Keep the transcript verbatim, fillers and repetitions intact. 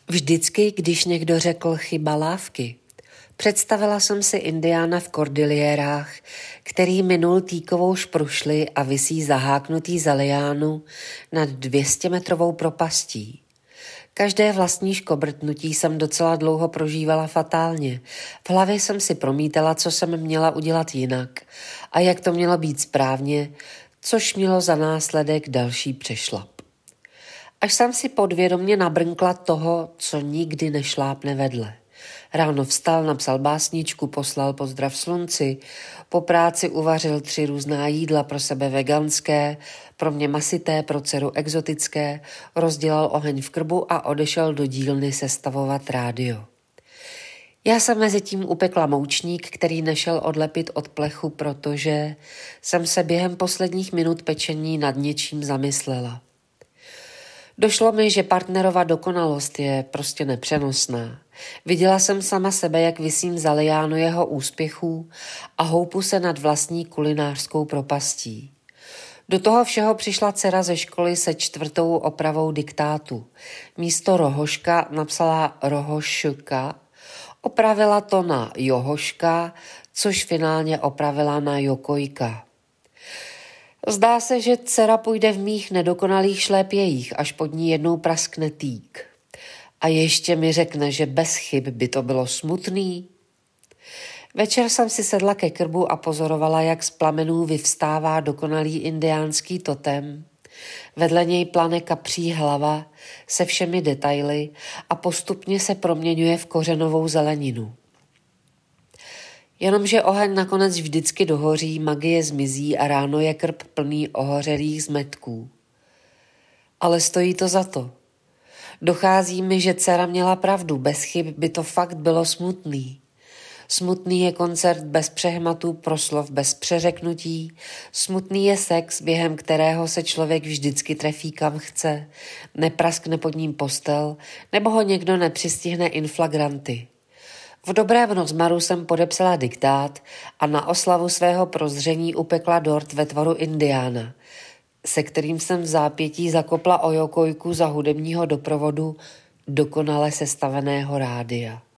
Vždycky, když někdo řekl chyba lávky, představila jsem si Indiána v Kordilérách, který minul týkovou šprušli a visí zaháknutý za liánu nad dvěstěmetrovou propastí. Každé vlastní škobrtnutí jsem docela dlouho prožívala fatálně. V hlavě jsem si promítala, co jsem měla udělat jinak a jak to mělo být správně, což mělo za následek další přešlap. Až jsem si podvědomě nabrnkla toho, co nikdy nešlápne vedle. Ráno vstal, napsal básničku, poslal pozdrav slunci, po práci uvařil tři různá jídla, pro sebe veganské, pro mě masité, pro dceru exotické, rozdělal oheň v krbu a odešel do dílny sestavovat rádio. Já jsem mezi tím upekla moučník, který nešel odlepit od plechu, protože jsem se během posledních minut pečení nad něčím zamyslela. Došlo mi, že partnerova dokonalost je prostě nepřenosná. Viděla jsem sama sebe, jak visím za liánu jeho úspěchů a houpu se nad vlastní kulinářskou propastí. Do toho všeho přišla dcera ze školy se čtvrtou opravou diktátu. Místo rohoška napsala rohoška, opravila to na johoška, což finálně opravila na jokojka. Zdá se, že dcera půjde v mých nedokonalých šlépějích, až pod ní jednou praskne týk. A ještě mi řekne, že bez chyb by to bylo smutný. Večer jsem si sedla ke krbu a pozorovala, jak z plamenů vyvstává dokonalý indiánský totem. Vedle něj plane kapří hlava se všemi detaily a postupně se proměňuje v kořenovou zeleninu. Jenomže oheň nakonec vždycky dohoří, magie zmizí a ráno je krb plný ohořelých zmetků. Ale stojí to za to. Dochází mi, že dcera měla pravdu, bez chyb by to fakt bylo smutný. Smutný je koncert bez přehmatů, proslov bez přeřeknutí, smutný je sex, během kterého se člověk vždycky trefí kam chce, nepraskne pod ním postel, nebo ho někdo nepřistihne in flagranti. V dobrém rozmaru jsem podepsala diktát a na oslavu svého prozření upekla dort ve tvaru indiána, se kterým jsem v zápětí zakopla o jokojku za hudebního doprovodu dokonale sestaveného rádia.